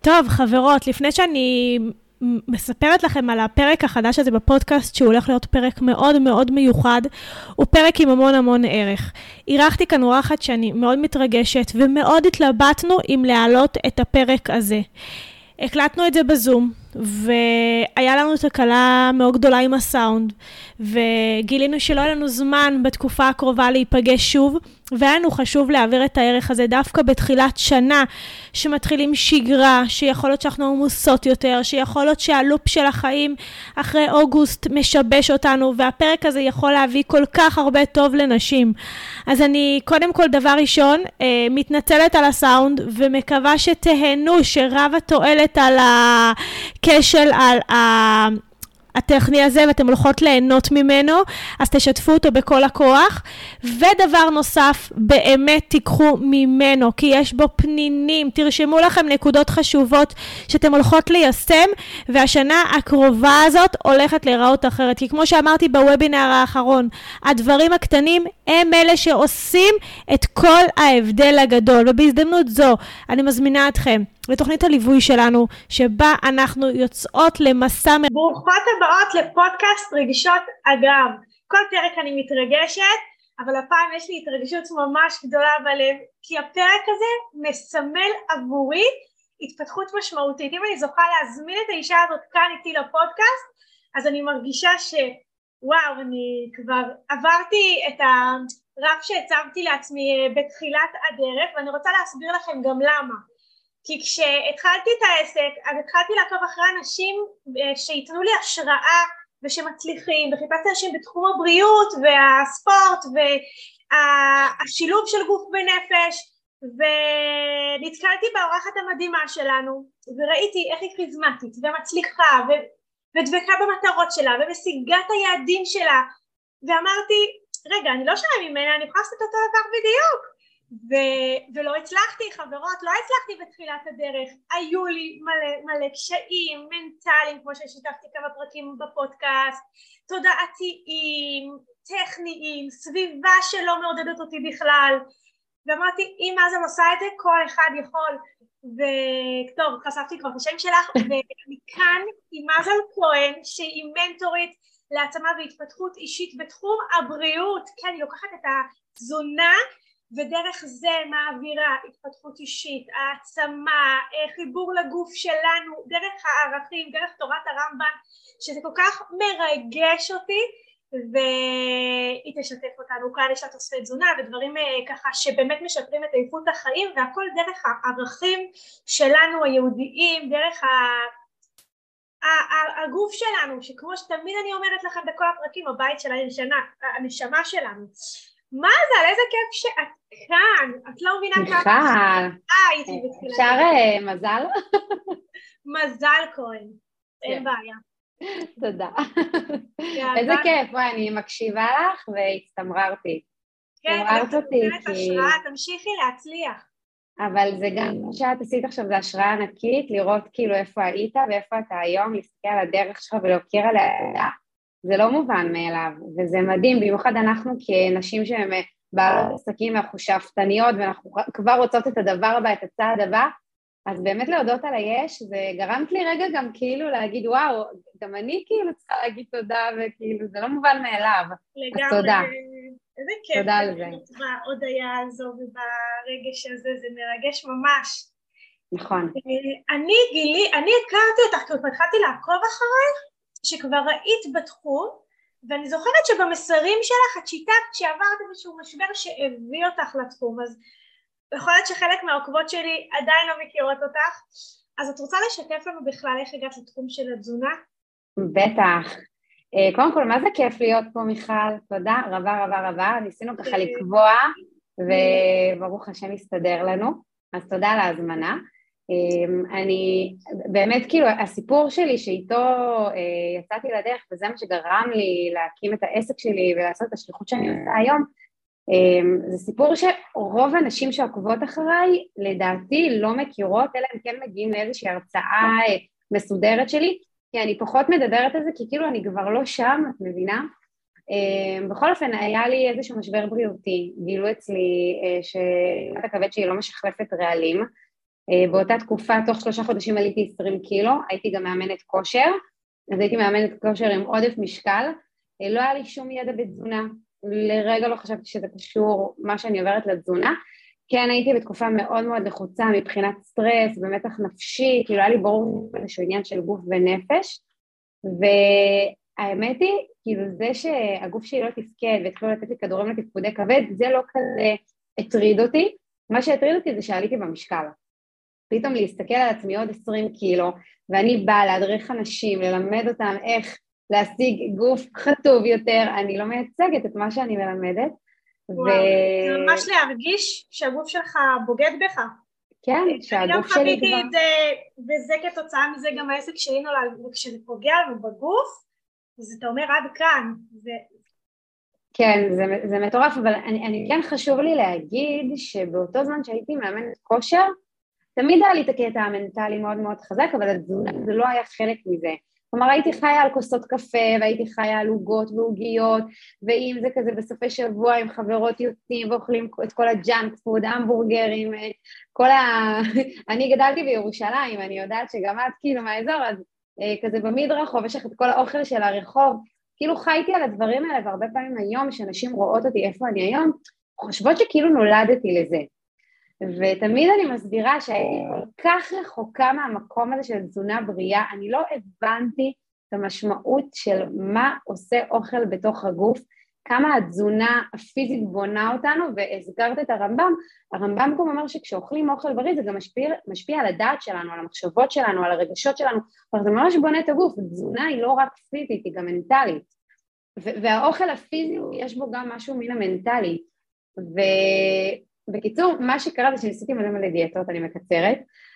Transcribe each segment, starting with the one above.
טוב, חברות, לפני שאני מספרת לכם על הפרק החדש הזה בפודקאסט, שהוא הולך להיות פרק מאוד מאוד מיוחד, הוא פרק עם המון המון ערך. אירחתי כאן אורחת שאני מאוד מתרגשת, ומאוד התלבטנו אם להעלות את הפרק הזה. הקלטנו את זה בזום, והיה לנו תקלה מאוד גדולה עם הסאונד, וגילינו שלא היה לנו זמן בתקופה הקרובה להיפגש שוב, והיה לנו חשוב להעביר את הערך הזה דווקא בתחילת שנה, שמתחילים שגרה, שיכול להיות שאנחנו עמוסות יותר, שיכול להיות שהלופ של החיים אחרי אוגוסט משבש אותנו, והפרק הזה יכול להביא כל כך הרבה טוב לנשים. אז אני קודם כל דבר ראשון, מתנצלת על הסאונד, ומקווה שתהנו שרב התועלת על הכשל, על הטכני הזה, ואתם הולכות ליהנות ממנו, אז תשתפו אותו בכל הכוח. ודבר נוסף, באמת תיקחו ממנו, כי יש בו פנינים, תרשמו לכם נקודות חשובות שאתם הולכות ליישם, והשנה הקרובה הזאת הולכת להיראות אחרת, כי כמו שאמרתי בוובינר האחרון, הדברים הקטנים הם אלה שעושים את כל ההבדל הגדול, ובהזדמנות זו אני מזמינה אתכם לתוכנית הליווי שלנו, שבה אנחנו יוצאות למסע. ברוכות הבאות לפודקאסט רגשות אגם. כל פרק אני מתרגשת, אבל הפעם יש לי התרגשות ממש גדולה בלב, כי הפרק הזה מסמל עבורי התפתחות משמעותית. אם אני זוכה להזמין את האישה הזאת כאן איתי לפודקאסט, אז אני מרגישה שוואו, אני כבר עברתי את הרף שהצבתי לעצמי בתחילת הדרך, ואני רוצה להסביר לכם גם למה. כי כשהתחלתי את העסק, אז התחלתי לעקוב אחרי אנשים שיתנו לי השראה ושמצליחים, וחיפשתי אנשים בתחום הבריאות והספורט והשילוב של גוף ונפש, ונתקלתי באורחת המדהימה שלנו, וראיתי איך היא כריזמטית ומצליחה ודבקה במטרות שלה ומשיגה את היעדים שלה, ואמרתי, רגע, אני לא שונה ממנה, אני יכולה לעשות אותו דבר בדיוק. ולא הצלחתי, חברות, לא הצלחתי בתחילת הדרך. היו לי מלא קשיים מנטליים, כמו ששיתפתי כמה פרקים בפודקאסט, תודעתיים, טכניים, סביבה שלא מעודדת אותי בכלל, ואמרתי, אם אז אני עושה את זה, כל אחד יכול. וטוב, חשפתי כבר את השם שלך, ואני כאן עם מזל כהן, שהיא מנטורית להעצמה והתפתחות אישית בתחום הבריאות. כן, היא לוקחת את התזונה ודרך זה מעבירה התפתחות אישית, העצמה, חיבור לגוף שלנו, דרך הערכים, דרך תורת הרמב"ן, שזה כל כך מרגש אותי, והיא תשתף אותנו כאן, יש לה תוספי תזונה ודברים ככה שבאמת משפרים את איכות החיים, והכל דרך הערכים שלנו היהודיים, דרך הגוף שלנו, שכמו שתמיד אני אומרת לכם בכל הפרקים, הבית של הנשמה שלנו. מה זה? על איזה כיף שאת כאן, את לא מבינה כמה הייתי בתחילת. אפשר מזל? מזל כהן, אין בעיה. תודה. איזה כיף, אני מקשיבה לך והצטמררתי. כן, תמשיכי להצליח. אבל זה גם, מה שאת עשית עכשיו זה השראה ענקית, לראות כאילו איפה היית ואיפה אתה היום, להסתכל על הדרך שלך ולהוקיר עליה. זה לא מובן מאליו, וזה מדהים, במיוחד אנחנו כנשים שהן בעלות עסקים, אנחנו שאפתניות, ואנחנו כבר רוצות את הדבר הבא, את הצעד הבא, אז באמת להודות על היש, זה גרמת לי רגע גם כאילו להגיד, וואו, גם אני כאילו צריכה להגיד תודה, וכאילו זה לא מובן מאליו, אז תודה. איזה כיף, תודה על זה. בהודעה הזו וברגש הזה, זה מרגש ממש. נכון. אני הכרתי אותך, כי התחלתי לעקוב אחרייך, שכבר ראית בתחום, ואני זוכרת שבמסרים שלך את שיטת שעברת איזשהו משבר שהביא אותך לתחום, אז יכול להיות שחלק מהעוקבות שלי עדיין לא מכירות אותך, אז את רוצה לשתף לנו בכלל איך הגעת לתחום של התזונה? בטח. קודם כל, מה זה כיף להיות פה, מיכל? תודה רבה רבה רבה, ניסינו ככה לקבוע, וברוך השם יסתדר לנו, אז תודה על ההזמנה. אני באמת כאילו הסיפור שלי שאיתו יצאתי לדרך וזה מה שגרם לי להקים את העסק שלי ולעשות את השליחות שאני עושה היום, זה סיפור שרוב הנשים שעוקבות אחריי לדעתי לא מכירות, אלא הם כן מגיעים לאיזושהי הרצאה מסודרת שלי, כי אני פחות מדברת על זה כי כאילו אני כבר לא שם, את מבינה? בכל אופן היה לי איזשהו משבר בריאותי, גילו אצלי שאת הכבד שהיא לא משחלפת רעלים, באותה תקופה, תוך 3 חודשים עליתי 20 קילו, הייתי גם מאמנת כושר, אז הייתי מאמנת כושר עם עודף משקל, לא היה לי שום ידע בתזונה, לרגע לא חשבתי שזה קשור מה שאני עוברת לתזונה, כן הייתי בתקופה מאוד מאוד לחוצה מבחינת סטרס ומתח נפשי, כאילו היה לי ברור איזשהו עניין של גוף ונפש, והאמת היא, כאילו זה שהגוף שלי לא תפקד והתחילו לתת לי כדורים לתפקודי כבד, זה לא כזה הטריד אותי, מה שהטריד אותי זה שעליתי במשקל. פתאום להסתכל על עצמי עוד 20 קילו, ואני באה להדריך אנשים, ללמד אותם איך להשיג גוף חטוב יותר, אני לא מייצגת את מה שאני מלמדת. זה ממש להרגיש שהגוף שלך בוגד בך. כן, שהגוף שלי כבר... אני גם חוויתי את זה, וזה כתוצאה מזה גם העסק שלי נולד, וכשזה פוגע לנו בגוף, אז אתה אומר עד כאן. כן, זה מטורף, אבל אני כן חשוב לי להגיד שבאותו זמן שהייתי מאמנת כושר, תמיד היה לי את הקטע המנטלי מאוד מאוד חזק, אבל התזונה זה לא היה חלק מזה. כלומר, הייתי חיה על כוסות קפה, והייתי חיה על עוגות ועוגיות, ואם זה כזה בסופי שבוע עם חברות יוצאים ואוכלים את כל הג'אנק פוד, המבורגרים, אני גדלתי בירושלים, אני יודעת שגם את כאילו מהאזור, אז כזה במדרחוב, יש לך את כל האוכל של הרחוב, כאילו חייתי על הדברים האלה, והרבה פעמים היום, שאנשים רואות אותי איפה אני היום, חושבות שכאילו נולדתי לזה. ותמיד אני מסבירה שהייתי כל כך רחוקה מהמקום הזה של תזונה בריאה, אני לא הבנתי את המשמעות של מה עושה אוכל בתוך הגוף, כמה התזונה הפיזית בונה אותנו, והזכרת את הרמב"ם, הרמב"ם גם אומר שכשאוכלים אוכל בריא זה גם משפיע על הדעת שלנו, על המחשבות שלנו, על הרגשות שלנו, אבל זה ממש בונה את הגוף, תזונה היא לא רק פיזית, היא גם מנטלית, והאוכל הפיזי יש בו גם משהו מן המנטלי, בקיצור, מה שקרה זה שניסיתי מלא דיאטות, אני מקצרת,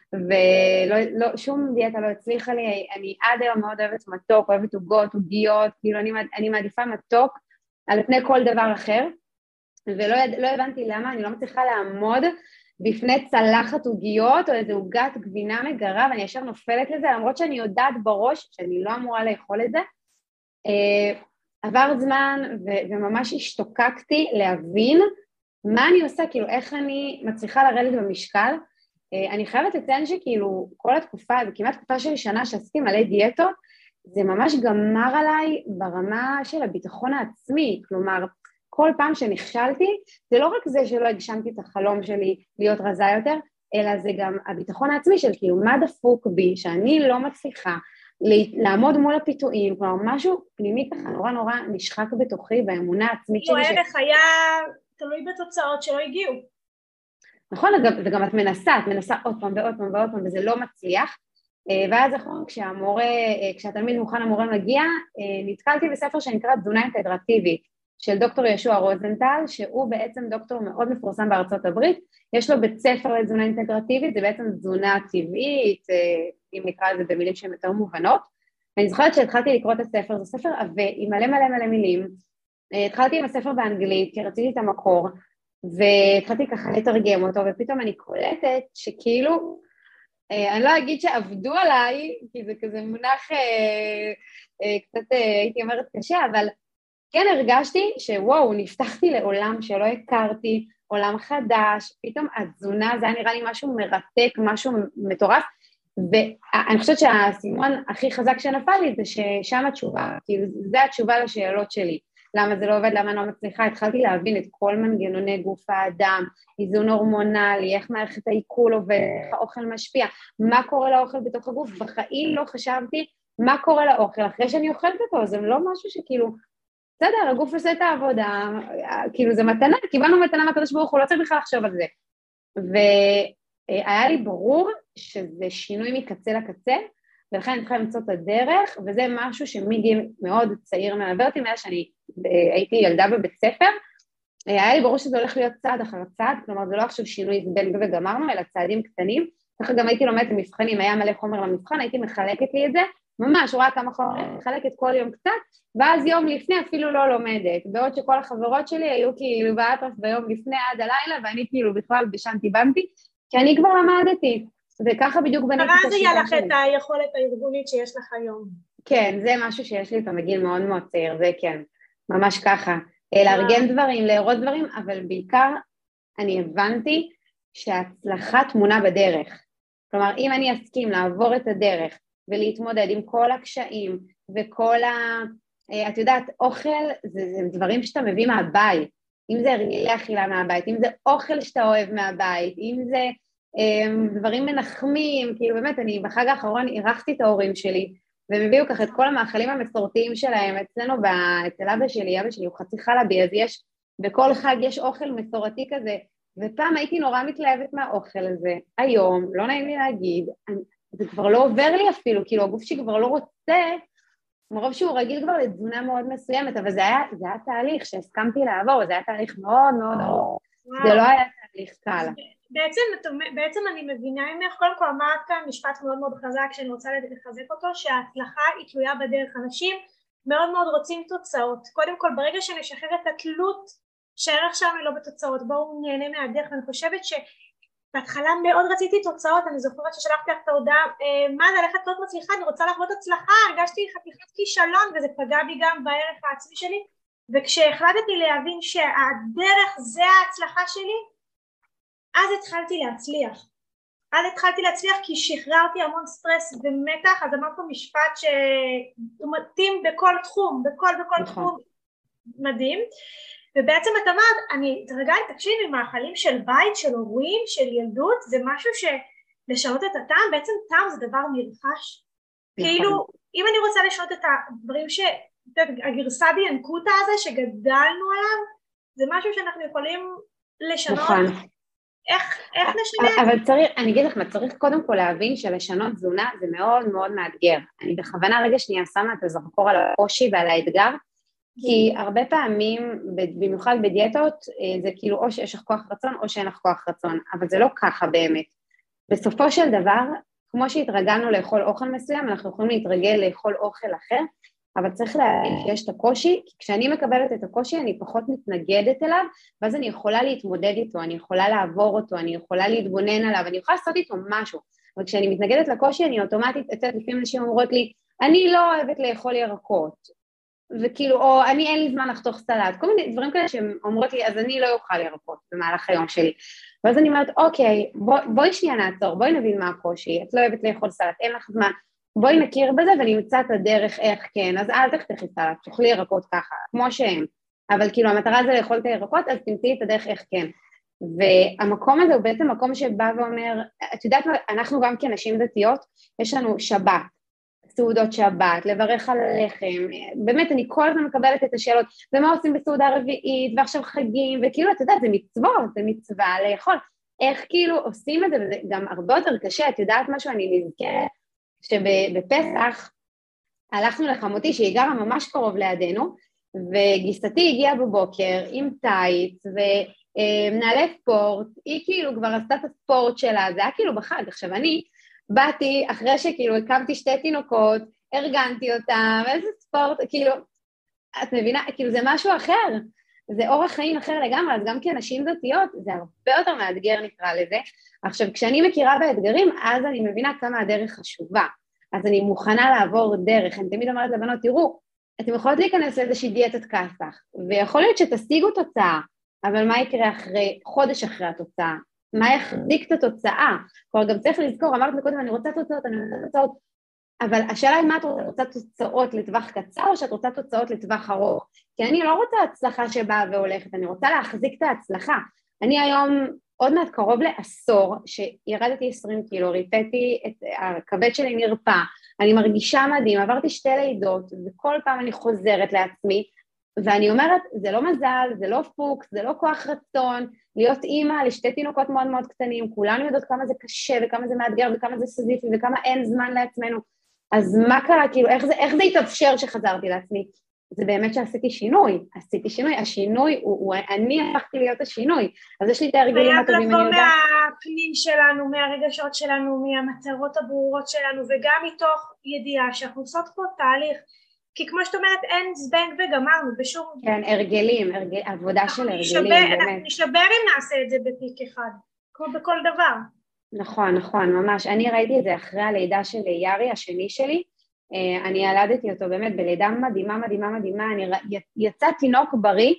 ושום דיאטה לא הצליחה לי, אני עד היום מאוד אוהבת מתוק, אוהבת עוגות, עוגיות, כאילו אני מעדיפה מתוק על פני כל דבר אחר, ולא הבנתי למה, אני לא מצליחה לעמוד בפני צלחת עוגיות, או איזו עוגת גבינה מגרה, ואני ישר נופלת לזה, למרות שאני יודעת בראש שאני לא אמורה לאכול את זה, עבר זמן וממש השתוקקתי להבין, מה אני עושה, כאילו איך אני מצליחה לרדת במשקל, אני חייבת לציין שכאילו כל התקופה, וכמעט תקופה של שנה שעשיתי מלא דיאטות, זה ממש גמר עליי ברמה של הביטחון העצמי, כלומר כל פעם שנכשלתי, זה לא רק זה שלא הגשמתי את החלום שלי להיות רזה יותר, אלא זה גם הביטחון העצמי של כאילו מה דפוק בי, שאני לא מצליחה לעמוד מול הפיתויים, כלומר משהו פנימי ככה נורא נשחק בתוכי, והאמונה העצמית שלי הערך היה תלוי בתוצאות שלא הגיעו. נכון, וגם את מנסה עוד פעם ועוד פעם, וזה לא מצליח, ואז כשהתלמיד מוכן המורה מגיע, נתקלתי בספר שנקרא תזונה אינטגרטיבית, של דוקטור ישוע רוזנטל, שהוא בעצם דוקטור מאוד מפורסם בארצות הברית, יש לו בית ספר לתזונה אינטגרטיבית, זה בעצם תזונה טבעית, אם נקרא לזה במילים שהן יותר מובנות, ואני זוכרת שהתחלתי לקרוא את הספר, זה ספר עבה עם מלא מילים, התחלתי עם הספר באנגלית, כי רציתי את המקור, והתחלתי ככה לתרגם אותו, ופתאום אני קולטת שכאילו, אני לא אגיד שעבדו עליי, כי זה כזה מונח קצת, הייתי אומרת קשה, אבל כן הרגשתי שוואו, נפתחתי לעולם שלא הכרתי, עולם חדש, פתאום התזונה, זה היה נראה לי משהו מרתק, משהו מטורף, ואני חושבת שהסימון הכי חזק שנפל לי זה ששם התשובה, כאילו זה התשובה לשאלות שלי, למה זה לא עובד, למה אני לא מצליחה, התחלתי להבין את כל מנגנוני גוף האדם, איזון הורמונלי, איך מערכת העיכול עובד, איך האוכל משפיע, מה קורה לאוכל בתוך הגוף, בחיים לא חשבתי מה קורה לאוכל, אחרי שאני אוכלת אותו, זה לא משהו שכאילו, בסדר, הגוף עושה את העבודה, כאילו זה מתנה, קיבלנו מתנה מהקדוש ברוך הוא, לא צריך בכלל לחשוב על זה, והיה לי ברור שזה שינוי מקצה לקצה, ולכן אני צריכה למצוא את הדרך, וזה משהו שמגיל מאוד צעיר מלווה אותי, מאז שאני הייתי ילדה בבית ספר, היה לי ברור שזה הולך להיות צעד אחר צעד, כלומר זה לא עכשיו שינוי זבנג וגמרנו, אלא צעדים קטנים, ככה גם הייתי לומדת למבחנים, היה מלא חומר למבחן, הייתי מחלקת לי את זה, ממש רואה כמה חומר, מחלקת כל יום קצת, ואז יום לפני אפילו לא לומדת, בעוד שכל החברות שלי היו כאילו באטרף ביום לפני עד הלילה, ואני כאילו בכלל בשנתי בנתי, כי אני כבר למדתי, וככה בדיוק בניתי את השיטה שלי. ואז היה לך את היכולת הארגונית שיש לך היום. כן, זה משהו שיש לי אותו מגיל מאוד מאוד צעיר, זה כן, ממש ככה. לארגן דברים, להראות דברים, אבל בעיקר אני הבנתי שההצלחה תמונה בדרך. כלומר, אם אני אסכים לעבור את הדרך ולהתמודד עם כל הקשיים וכל את יודעת, אוכל זה דברים שאתה מביא מהבית, אם זה הרגלי אכילה מהבית, אם זה אוכל שאתה אוהב מהבית, אם זה דברים מנחמים, כאילו באמת, אני בחג האחרון אירחתי את ההורים שלי, והם הביאו ככה את כל המאכלים המסורתיים שלהם, אצלנו, אצל אבא שלי הוא חצי חלבי, אז יש, בכל חג יש אוכל מסורתי כזה, ופעם הייתי נורא מתלהבת מהאוכל הזה, היום, לא נעים לי להגיד, זה כבר לא עובר לי אפילו, כאילו הגוף שלי כבר לא רוצה, מרוב שהוא רגיל כבר לתזונה מאוד מסוימת, אבל זה היה תהליך שהסכמתי לעבור, זה היה תהליך מאוד מאוד ארוך, זה לא היה תהליך קל. בעצם אני מבינה ממך, קודם כל אמרת כאן משפט מאוד מאוד חזק שאני רוצה לחזק אותו, שההצלחה היא תלויה בדרך. אנשים מאוד מאוד רוצים תוצאות, קודם כל ברגע שנשחרר את התלות שהערך שם היא לא בתוצאות, בואו נהנה מהדרך. ואני חושבת שבהתחלה מאוד רציתי תוצאות, אני זוכרת ששלחתי לך את ההודעה, מה זה הלכת להיות מצליחה, אני רוצה לחוות הצלחה, הרגשתי חתיכת כישלון וזה פגע בי גם בערך העצמי שלי, וכשהחלטתי להבין שהדרך זה ההצלחה שלי, אז התחלתי להצליח כי שחררתי המון סטרס ומתח. אז אמרת פה משפט שהוא מתאים בכל תחום, בכל תחום, מדהים. ובעצם את אמרת, אני תקשיבי, מאכלים של בית, של הורים, של ילדות, זה משהו שלשנות את הטעם, בעצם טעם זה דבר נרכש. כאילו, אם אני רוצה לשנות את הדברים הגרסה ינקוטה הזה שגדלנו עליו, זה משהו שאנחנו יכולים לשנות. איך נשנה? אבל צריך, אני אגיד לך מה, צריך קודם כל להבין שלשנות תזונה זה מאוד מאוד מאתגר. אני בכוונה רגע שנייה שמה את הזרקור על הקושי ועל האתגר, כי הרבה פעמים, במיוחד בדיאטות, זה כאילו או שיש לך כוח רצון או שאין לך כוח רצון, אבל זה לא ככה באמת. בסופו של דבר, כמו שהתרגלנו לאכול אוכל מסוים, אנחנו יכולים להתרגל לאכול אוכל אחר, אבל צריך להבין שיש את הקושי, כי כשאני מקבלת את הקושי אני פחות מתנגדת אליו, ואז אני יכולה להתמודד איתו, אני יכולה לעבור אותו, אני יכולה להתבונן עליו, אני יכולה לעשות איתו משהו, אבל כשאני מתנגדת לקושי אני אוטומטית, לפעמים אנשים אומרות לי, אני לא אוהבת לאכול ירקות, וכאילו, או אני אין לי זמן לחתוך סלט, כל מיני דברים כאלה שהן אומרות לי, אז אני לא אוכל ירקות במהלך היום שלי, ואז אני אומרת, אוקיי, בואי שנייה נעצור, בואי נבין מה הקושי, את לא אוהבת לאכול סלט, אין לך זמן, בואי נכיר בזה ונמצא את הדרך איך כן, אז אל תחתכי סלט, תאכלי ירקות ככה, כמו שהם, אבל כאילו המטרה זה לאכול את הירקות, אז תמצאי את הדרך איך כן, והמקום הזה הוא בעצם מקום שבא ואומר, את יודעת מה, אנחנו גם כנשים דתיות, יש לנו שבת, סעודות שבת, לברך על לחם, באמת אני כל הזמן מקבלת את השאלות, ומה עושים בסעודה רביעית, ועכשיו חגים, וכאילו את יודעת, זה מצוות, זה מצווה לאכול, איך כאילו עושים את זה, וזה גם הרבה יותר קשה, את יודעת משהו, אני נזכרת, שבפסח הלכנו לחמותי שהיא גרה ממש קרוב לידינו, וגיסתי הגיעה בבוקר עם טייץ ומנהלי ספורט, היא כאילו כבר עשתה את הספורט שלה, זה היה כאילו בחג. עכשיו אני באתי אחרי שכאילו הקמתי 2 תינוקות, ארגנתי אותם, איזה ספורט, כאילו, את מבינה, כאילו זה משהו אחר, זה אורח חיים אחר לגמרי, אז גם כאנשים דתיות זה הרבה יותר מאתגר נקרא לזה. עכשיו כשאני מכירה באתגרים, אז אני מבינה כמה הדרך חשובה, אז אני מוכנה לעבור דרך, אני תמיד אומרת לבנות, תראו, אתם יכולות להיכנס לאיזושהי דיאטת כסח, ויכול להיות שתשיגו תוצאה, אבל מה יקרה חודש אחרי התוצאה? מה יחזיק את התוצאה? כלומר גם צריך לזכור, אמרת מקודם, אני רוצה תוצאות, אבל השאלה היא מה את רוצה תוצאות לטווח קצר, או שאת רוצה תוצאות לטווח ארוך? כי אני לא רוצה הצלחה שבאה והולכת, אני רוצה להחזיק את ההצלחה. אני היום עוד מעט קרוב לעשור, שירדתי 20 קילו, ריפאתי את הכבד שלי נרפא, אני מרגישה מדהים, עברתי 2 לידות, וכל פעם אני חוזרת לעצמי, ואני אומרת, זה לא מזל, זה לא פוקס, זה לא כוח רצון, להיות אימא ל2 תינוקות מאוד מאוד קטנים, כולנו יודעות כמה זה קשה, וכמה זה מאתגר, וכמה זה סזיפי, וכמה אין זמן לעצמנו, אז מה קרה, כאילו, איך זה התאפשר שחזרתי לעצמי? זה באמת שעשיתי שינוי, השינוי אני הפכתי להיות השינוי, אז יש לי את ההרגלים הטובים, אני יודעת. מהפנים שלנו, מהרגשות שלנו, מהמטרות הברורות שלנו, וגם מתוך ידיעה שאנחנו עושות פה תהליך, כי כמו שאת אומרת, אין זבנג וגמרנו בשום... כן, הרגלים, עבודה של הרגלים, באמת. אנחנו נשבר אם נעשה את זה בפיק אחד, כמו בכל דבר. נכון, ממש, אני ראיתי את זה אחרי הלידה של יארי, השני שלי, אני ילדתי אותו באמת בלידה מדהימה, אני יצא תינוק בריא,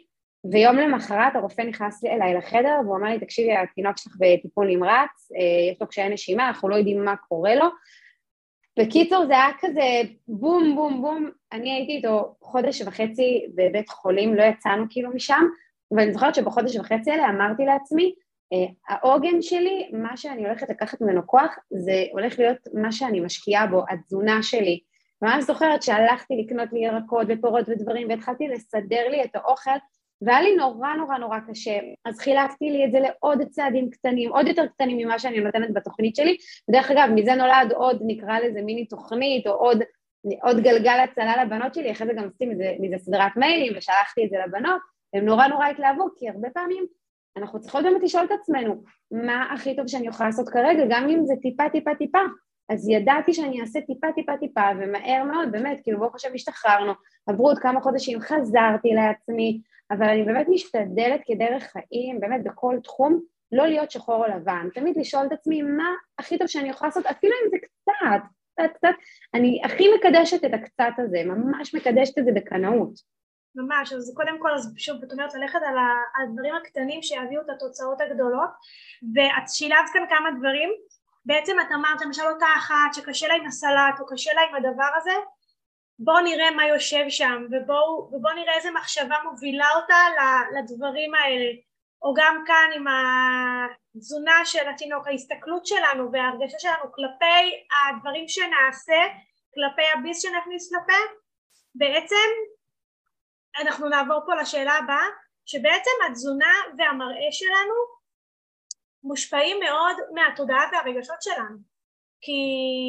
ויום למחרת הרופא נכנס אליי לחדר, והוא אמר לי, תקשיבי, התינוק שלך בטיפול נמרץ, יש לו קשיי נשימה, אנחנו לא יודעים מה קורה לו. בקיצור, זה היה כזה בום, בום, בום, אני הייתי איתו חודש וחצי בבית חולים, לא יצאנו כאילו משם, ואני זוכרת שבחודש וחצי האלה אמרתי לעצמי, העוגן שלי, מה שאני הולכת לקחת ממנו כוח, זה הולך להיות מה שאני משקיעה בו, התזונה שלי. ממש זוכרת שהלכתי לקנות לי ירקות ופירות ודברים, והתחלתי לסדר לי את האוכל, והיה לי נורא נורא נורא קשה, אז חילקתי לי את זה לעוד צעדים קטנים, עוד יותר קטנים ממה שאני נותנת בתוכנית שלי, ודרך אגב, מזה נולד עוד, נקרא לזה מיני תוכנית, או עוד גלגל הצלה לבנות שלי, אחרי זה גם עשיתי מזה סדרת מיילים, ושלחתי את זה לבנות, הם נורא נורא התלהבו, כי הרבה פעמים אנחנו צריכות באמת לשאול את עצמנו, מה הכי טוב שאני יכולה לעשות כרגע, גם אם זה טיפה טיפה טיפה, אז ידעתי שאני אעשה טיפה טיפה טיפה, ומהר מאוד, באמת, כאילו ברוך השם השתחררנו, עברו עוד כמה חודשים, חזרתי לעצמי, אבל אני באמת משתדלת כדרך חיים, באמת בכל תחום, לא להיות שחור או לבן, תמיד לשאול את עצמי מה הכי טוב שאני יכולה לעשות, אפילו אם זה קצת, אני הכי מקדשת את הקצת הזה, ממש מקדשת את זה בקנאות. ממש, אז קודם כל, אז שוב, זאת אומרת, ללכת על הדברים הקטנים שיביאו את התוצאות הגדולות, ואת שילבת כאן כמה דברים, בעצם את אמרת, למשל אותה אחת שקשה לה עם הסלט, או קשה לה עם הדבר הזה, בואו נראה מה יושב שם, ובואו נראה איזה מחשבה מובילה אותה לדברים האלה, או גם כאן עם התזונה של התינוק, ההסתכלות שלנו וההרגשה שלנו כלפי הדברים שנעשה, כלפי הביס שנכניס לפה, בעצם אנחנו נעבור פה לשאלה הבאה, שבעצם התזונה והמראה שלנו מושפעים מאוד מהתודעה והרגשות שלנו, כי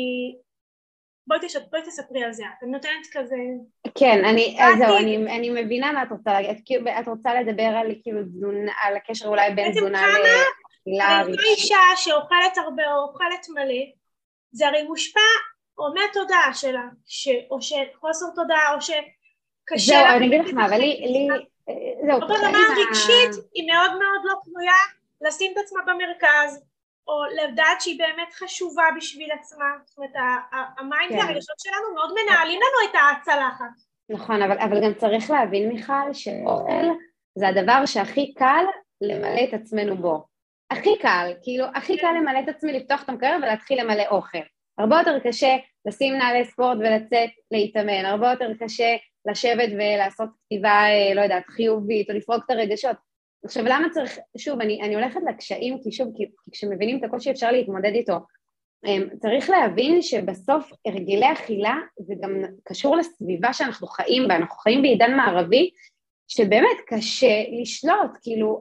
בואי תספרי על זה, את נותנת כזה... כן, אני מבינה מה את רוצה להגיד, את רוצה לדבר על כאילו תזונה, על הקשר אולי בין תזונה לאכילה רגשית. זו אישה שאוכלת הרבה או אוכלת מלא, זה הרי מושפע או מהתודעה שלה, או שחוסר תודעה, או שקשה... זהו, אני אגיד לך מה, אבל לי... זהו, ברמה הרגשית היא מאוד מאוד לא פנויה לשים את עצמה במרכז, או לדעת שהיא באמת חשובה בשביל עצמה, זאת אומרת, המים והרגשות שלנו מאוד מנהלים לנו את הצלחת. נכון, אבל גם צריך להבין, מיכל, שאוכל זה הדבר שהכי קל למלא את עצמנו בו. הכי קל, כאילו, הכי קל למלא את עצמי, לפתוח את המקרר ולהתחיל למלא אוכל. הרבה יותר קשה לשים נעלי ספורט ולצאת להתאמן, הרבה יותר קשה לשבת ולעשות כתיבה, לא יודעת, חיובית, או לפרוק את הרגשות. עכשיו, למה צריך, שוב, אני הולכת לקשיים, כי שוב, כי כשמבינים את הכל שאפשר להתמודד איתו, צריך להבין שבסוף הרגלי אכילה, זה גם קשור לסביבה שאנחנו חיים בה, אנחנו חיים בעידן מערבי, שבאמת קשה לשלוט, כאילו,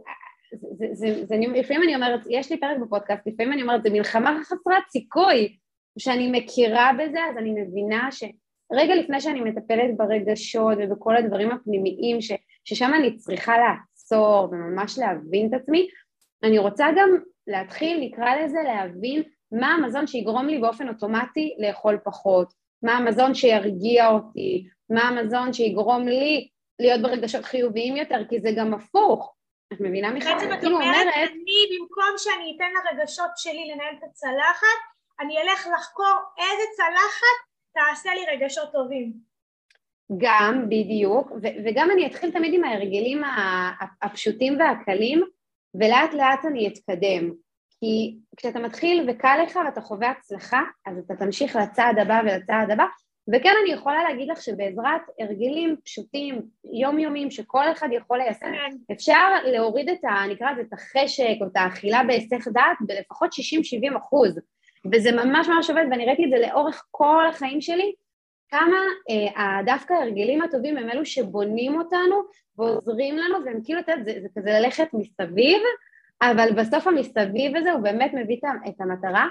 לפעמים אני אומרת, יש לי פרק בפודקאסט, לפעמים אני אומרת, זה מלחמה חסרת סיכוי, שאני מכירה בזה, אז אני מבינה שרגע לפני שאני מטפלת ברגשות ובכל הדברים הפנימיים, ששם אני צריכה לעצור וממש להבין את עצמי, אני רוצה גם להתחיל, נקרא לזה, להבין מה המזון שיגרום לי באופן אוטומטי לאכול פחות, מה המזון שירגיע אותי, מה המזון שיגרום לי להיות ברגשות חיוביים יותר, כי זה גם הפוך. את מבינה מיכל? בעצם את אומרת, אני במקום שאני אתן לרגשות שלי לנהל את הצלחת, אני אלך לחקור איזה צלחת תעשה לי רגשות טובים. גם, בדיוק, וגם אני אתחיל תמיד עם ההרגלים הפשוטים והקלים, ולאט לאט אני אתקדם. כי כשאתה מתחיל וקל לך ואתה חווה הצלחה, אז אתה תמשיך לצעד הבא ולצעד הבא, וכן אני יכולה להגיד לך שבעזרת הרגלים פשוטים, יומיומיים, שכל אחד יכול ליישם, אפשר להוריד נקרא לזה את החשק או את האכילה בהיסח דעת בלפחות 60-70%, וזה ממש ממש עובד, ואני ראיתי את זה לאורך כל החיים שלי, כמה דווקא הרגלים הטובים הם אלו שבונים אותנו ועוזרים לנו, והם כאילו, זה כזה ללכת מסביב, אבל בסוף המסביב הזה הוא באמת מביא את המטרה,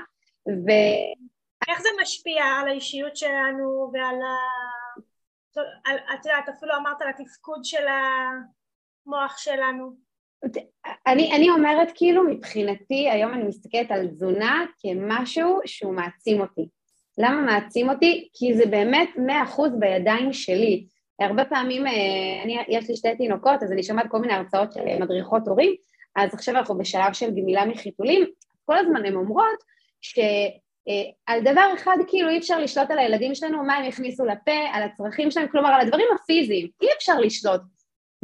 איך זה משפיע על האישיות שלנו ועל את יודעת, אפילו אמרת על התפקוד של המוח שלנו? אני אומרת כאילו מבחינתי, היום אני מסתכלת על תזונה כמשהו שהוא מעצים אותי. למה מעצים אותי? כי זה באמת 100% בידיים שלי. הרבה פעמים, יש לי 2 תינוקות, אז אני שומעת כל מיני הרצאות של מדריכות הורים, אז עכשיו אנחנו בשלב של גמילה מחיתולים, כל הזמן הן אומרות שעל דבר אחד כאילו אי אפשר לשלוט על הילדים שלנו, מה הם יכניסו לפה, על הצרכים שלהם, כלומר על הדברים הפיזיים, אי אפשר לשלוט.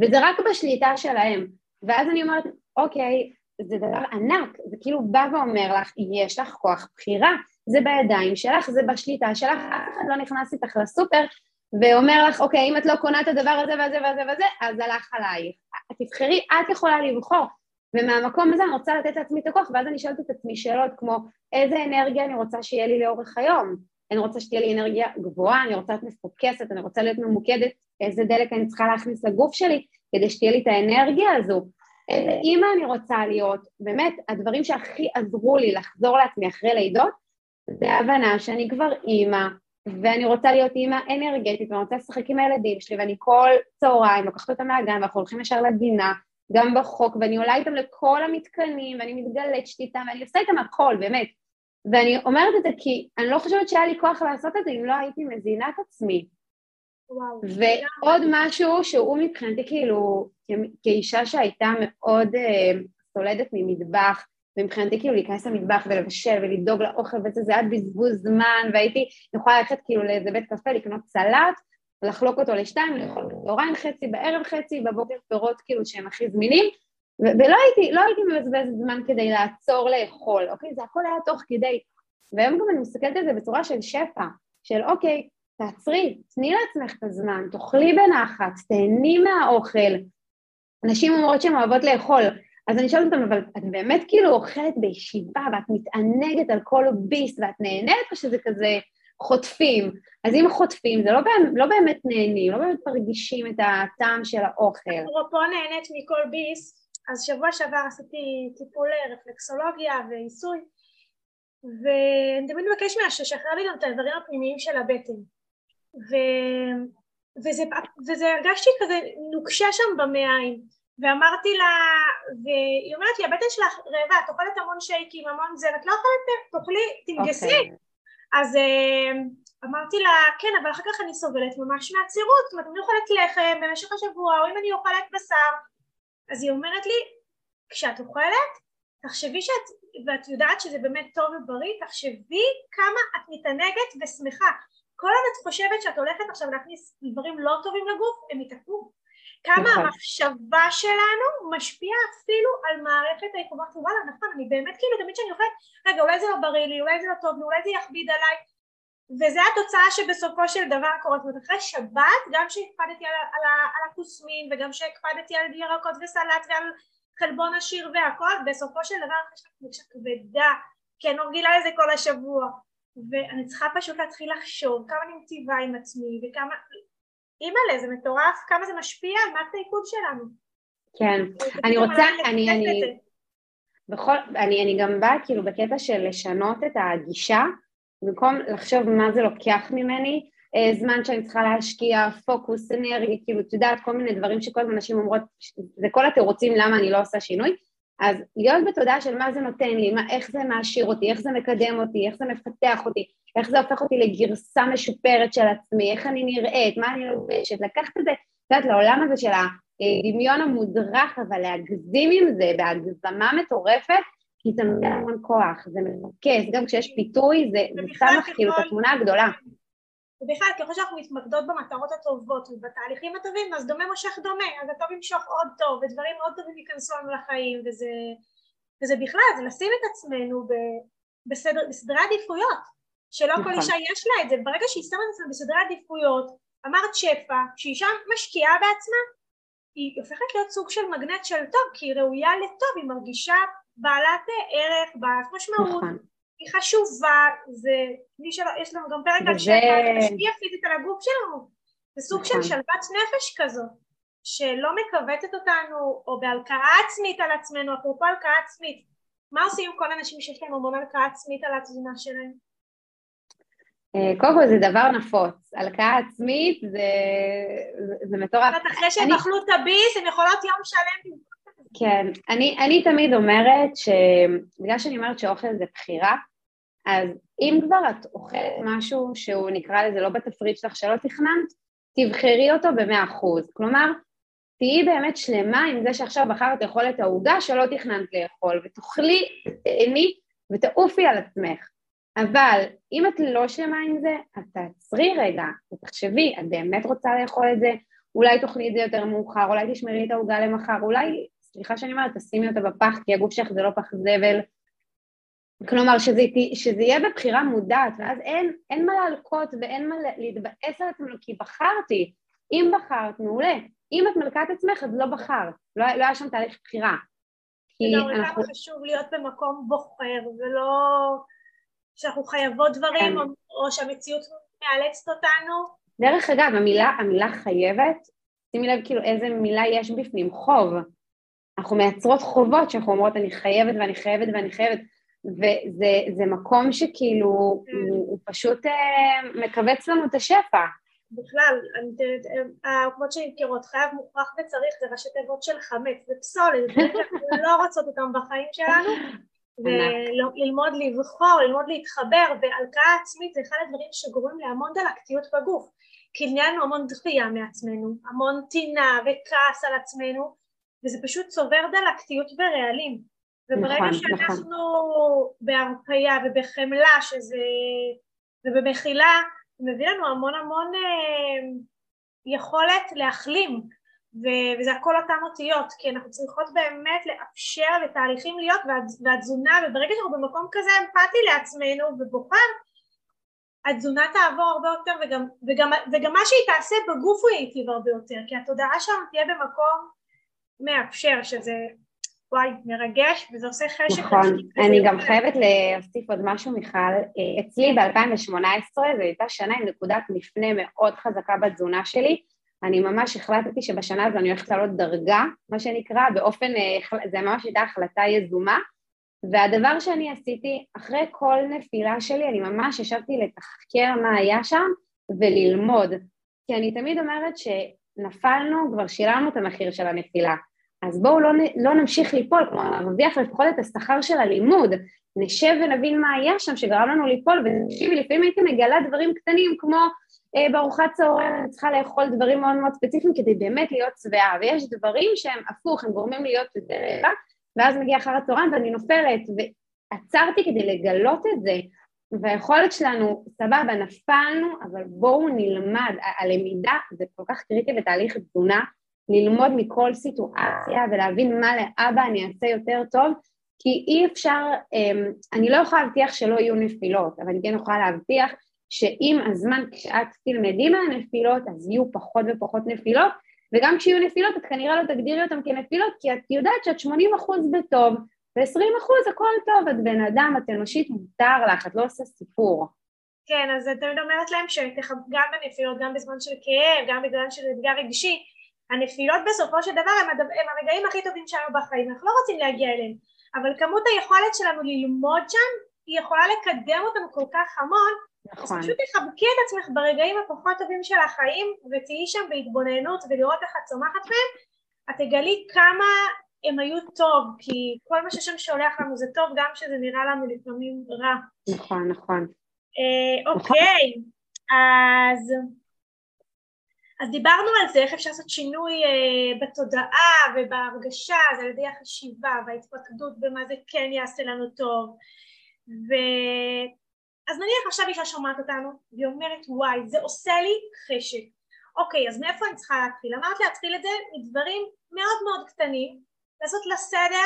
וזה רק בשליטה שלהם. ואז אני אומרת, אוקיי, זה דבר ענק, זה כאילו בא ואומר לך, יש לך כוח בחירה, זה בידיים שלך, זה בשליטה שלך, אף אחד לא נכנס איתך לסופר, ואומר לך, אוקיי, אם את לא קונה את הדבר הזה וזה וזה וזה, אז הלך עלייך. תבחרי, את יכולה לבחור. ומהמקום הזה אני רוצה לתת לעצמי את הכוח, ואז אני שואלת את עצמי שאלות כמו, איזה אנרגיה אני רוצה שיהיה לי לאורך היום? אני רוצה שתהיה לי אנרגיה גבוהה, אני רוצה להיות מפוקסת, אני רוצה להיות ממוקדת, איזה דלק אני צריכה להכניס לגוף שלי, כדי שתהיה לי את האנרגיה הזו. איזה אימא אני רוצה להיות, באמת, הדברים שהכי עזרו לי לחזור לעצמי אחרי לידות, זה ההבנה שאני כבר אימא, ואני רוצה להיות אימא אנרגטית, ואני רוצה לשחק עם הילדים שלי, ואני כל צהריים לוקחת אותם מהגן, ואנחנו הולכים ישר לגינה, גם בחוק, ואני עולה איתם לכל המתקנים, ואני מתגלצת איתם, ואני עושה איתם הכל, באמת. ואני אומרת את זה כי אני לא חושבת שהיה לי כוח לעשות את זה, אם לא הייתי מזינה את עצמי. וואו. ועוד משהו שהוא מבחינתי כאילו, כאישה שהייתה מאוד סולדת ממטבח, ומבחינתי כאילו להיכנס למטבח ולבשל ולדאוג לאוכל, וזה היה בזבוז זמן, והייתי יכולה ללכת כאילו לאיזה בית קפה, לקנות סלט, לחלוק אותו לשתיים, לאכול בצהריים חצי, בערב חצי, בבוקר פירות כאילו שהם הכי זמינים, ולא הייתי מבזבזת זמן כדי לעצור לאכול, אוקיי? זה הכל היה תוך כדי. והיום גם אני מסתכלת על זה בצורה של שפע, של אוקיי, תעצרי, תני לעצמך את הזמן, תאכלי בנחת, תהני מהאוכל. נשים אומרות שהן אוהבות לאכול, אז אני שואלת אותם, אבל את באמת כאילו אוכלת בישיבה, ואת מתענגת על כל ביס, ואת נהנית, או שזה כזה חוטפים? אז אם חוטפים, זה לא באמת נהנים, לא באמת מרגישים את הטעם של האוכל. אפרופו נהנית מכל ביס, אז שבוע שעבר עשיתי טיפול רפלקסולוגיה ועיסוי, ואני תמיד מבקש ששחרר לי גם את האיברים הפנימיים של הבטן, וזה הרגשתי כזה נוקשה שם במעיים, ואמרתי לה, והיא אומרת לי, הבטן שלך רעבה, את אוכלת המון שייקים, המון זה, ואת לא אוכלת, תאכלי, תנגסי. אז אמרתי לה, כן, אבל אחר כך אני סובלת ממש מעצירות, זאת אומרת, אני אוכלת לחם במשך השבוע, או אם אני אוכלת בשר. אז היא אומרת לי, כשאת אוכלת, תחשבי ואת יודעת שזה באמת טוב ובריא, תחשבי כמה את מתענגת ושמחה. כל עוד את חושבת שאת הולכת עכשיו להכניס דברים לא טובים לגוף, הם יתעכבו. כמה המחשבה שלנו משפיעה אפילו על מערכת העיכול. וואלה, נכון, אני באמת כאילו תמיד שאני אוכלת, רגע, אולי זה לא בריא לי, אולי זה לא טוב לי, אולי זה יכביד עליי, וזה התוצאה שבסופו של דבר קורית. זאת אומרת, אחרי שבת, גם שהקפדתי על הכוסמין, וגם שהקפדתי על ירקות וסלט ועל חלבון עשיר והכל, בסופו של דבר אחרי שאני כבדה, כי אני לא רגילה לזה כל השבוע, ואני צריכה פשוט להתחיל לחשוב כמה אני מטיבה עם עצמי, וכמה, אימא'לה, זה מטורף, כמה זה משפיע על מערכת העיכול שלנו. כן, אני רוצה, אני גם באה כאילו בקטע של לשנות את הגישה, במקום לחשוב מה זה לוקח ממני, זמן שאני צריכה להשקיע, פוקוס, אנרגיה, כאילו, את יודעת, כל מיני דברים שכל הזמן אנשים אומרות, זה כל התירוצים למה אני לא עושה שינוי, אז להיות בתודעה של מה זה נותן לי, איך זה מעשיר אותי, איך זה מקדם אותי, איך זה מפתח אותי, איך זה הופך אותי לגרסה משופרת של עצמי, איך אני נראית, מה אני לובשת, לקחת את זה, את יודעת, לעולם הזה של הדמיון המודרך, אבל להגזים עם זה, בהגזמה מטורפת, כי זה נותן המון כוח, זה מרוכז, גם כשיש פיתוי, זה שם לך כאילו את התמונה הגדולה. ובכלל, ככל שאנחנו מתמקדות במטרות הטובות ובתהליכים הטובים, אז דומה מושך דומה, אז הטוב ימשוך עוד טוב, ודברים מאוד טובים ייכנסו לנו לחיים, וזה בכלל, זה לשים את עצמנו בסדרי עדיפויות, שלא כל אישה יש לה את זה, ברגע שהיא שמה את עצמה בסדרי עדיפויות, אמרת שפע, שאישה משקיעה בעצמה, היא הופכת להיות סוג של מגנט של טוב, כי היא ראויה לטוב, היא מרגישה בעלת ערך, בעלת משמעות, היא חשובה, יש לנו גם פרק על שפע, משפיע פיזית על הגוף שלנו, זה סוג של שלוות נפש כזאת, שלא מקוותת אותנו, או בהלקאה עצמית על עצמנו, אפרופו הלקאה עצמית, מה עושים עם כל האנשים שיש להם המון הלקאה עצמית על התזונה שלהם? קודם כל זה דבר נפוץ, הלקאה עצמית זה מטורף. אחרי שהם אכלו את הביס, הם יכולות יום שלם. כן, אני תמיד אומרת שבגלל שאני אומרת שאוכל זה בחירה, אז אם כבר את אוכלת משהו שהוא נקרא לזה לא בתפריט שלך שלא תכננת, תבחרי אותו ב100%. כלומר, תהיי באמת שלמה עם זה שעכשיו בחרת לאכול את העוגה שלא תכננת לאכול, ותאכלי, תהני ותעופי על עצמך. אבל אם את לא שלמה עם זה, אז תעצרי רגע, ותחשבי, את באמת רוצה לאכול את זה, אולי תאכלי את זה יותר מאוחר, אולי תשמרי את העוגה למחר, אולי, סליחה שאני אומרת, תשימי אותה בפח, כי הגוף שלך זה לא פח זבל, כלומר שזה יהיה בבחירה מודעת, ואז אין מה להלקות ואין מה להתבאס על עצמנו, כי בחרתי, אם בחרת, מעולה, אם את מלכת עצמך, אז לא בחרת, לא היה שם תהליך בחירה. וגם כמה חשוב להיות במקום בוחר, ולא שאנחנו חייבות דברים, או שהמציאות מאלצת אותנו. דרך אגב, המילה חייבת, שימי לב כאילו איזה מילה יש בפנים, חוב. אנחנו מייצרות חובות שאנחנו אומרות, אני חייבת ואני חייבת ואני חייבת, וזה מקום שכאילו הוא פשוט מקבץ לנו את השפע. בכלל, כמו שנזכרות, חייב מוכרח וצריך, זה ראשי תיבות של חמץ, זה פסולת, אנחנו לא רוצות אותם בחיים שלנו, וללמוד לבחור, ללמוד להתחבר, והלקאה עצמית זה אחד הדברים שגורמים להמון דלקתיות בגוף, כי עניינו המון דחייה מעצמנו, המון טינה וכעס על עצמנו, וזה פשוט צובר דלקתיות ורעלים, וברגע שאנחנו בהרפיה ובחמלה ובמחילה, מביא לנו המון יכולת להחלים, וזה הכל אותם אותיות, כי אנחנו צריכות באמת לאפשר לתהליכים להיות, והתזונה, וברגע שאנחנו במקום כזה אמפתי לעצמנו ובוחר, התזונה תעבור הרבה יותר, וגם מה שהיא תעשה בגוף הוא ייטיב הרבה יותר, כי התודעה שם תהיה במקום מאפשר, שזה וואי, מרגש, וזה עושה חשק. נכון, אני גם חייבת להוסיף עוד משהו, מיכל. אצלי ב-2018, זו הייתה שנה עם נקודת מפנה מאוד חזקה בתזונה שלי, אני ממש החלטתי שבשנה הזו אני הולכת לעלות דרגה, מה שנקרא, זה ממש הייתה החלטה יזומה, והדבר שאני עשיתי, אחרי כל נפילה שלי, אני ממש ישבתי לתחקר מה היה שם, וללמוד, כי אני תמיד אומרת שנפלנו, כבר שילמנו את המחיר של הנפילה, אז בואו לא נמשיך ליפול, כלומר, נרוויח לפחות את השכר של הלימוד, נשב ונבין מה היה שם שגרם לנו ליפול, ולפעמים הייתי מגלה דברים קטנים, כמו בארוחת צהריים אני צריכה לאכול דברים מאוד מאוד ספציפיים, כדי באמת להיות שבעה, ויש דברים שהם הפוך, הם גורמים להיות יותר, ואז מגיע אחר הצהריים ואני נופלת, ועצרתי כדי לגלות את זה, והיכולת שלנו, סבבה, נפלנו, אבל בואו נלמד, הלמידה זה כל כך קריטי בתהליך תזונה, ללמוד מכל סיטואציה ולהבין מה לאבא אני אעשה יותר טוב, כי אי אפשר, אני לא יכולה להבטיח שלא יהיו נפילות, אבל אני כן יכולה להבטיח שעם הזמן כשאת תלמדי מהנפילות, אז יהיו פחות ופחות נפילות, וגם כשיהיו נפילות את כנראה לא תגדירי אותם כנפילות, כי את יודעת שאת 80% בטוב, ו20% הכל טוב, את בן אדם, את אנושית, מותר לך, את לא עושה סיפור. כן, אז את תמיד אומרת להם שגם בנפילות, גם בזמן של כאב, גם בגלל של אתגר רגשי, הנפילות בסופו של דבר הם הרגעים הכי טובים שלנו בחיים, אנחנו לא רוצים להגיע אליהם, אבל כמות היכולת שלנו ללמוד שם, היא יכולה לקדם אותנו כל כך המון, נכון. אז פשוט תחבקי את עצמך ברגעים הפחות טובים של החיים, ותהיי שם בהתבוננות ולראות איך את צומחת מהם, את תגלי כמה הם היו טוב, כי כל מה ששם שולח לנו זה טוב, גם שזה נראה לנו לפעמים רע. נכון, נכון. אוקיי, אז דיברנו על זה, איך אפשר לעשות שינוי בתודעה ובהרגשה, זה על ידי החשיבה וההתמקדות במה זה כן יעשה לנו טוב. אז נניח עכשיו אישה שומעת אותנו, והיא אומרת וואי, זה עושה לי חשק. אוקיי, אז מאיפה אני צריכה להתחיל? אמרת להתחיל את זה מדברים מאוד מאוד קטנים, לעשות לסדר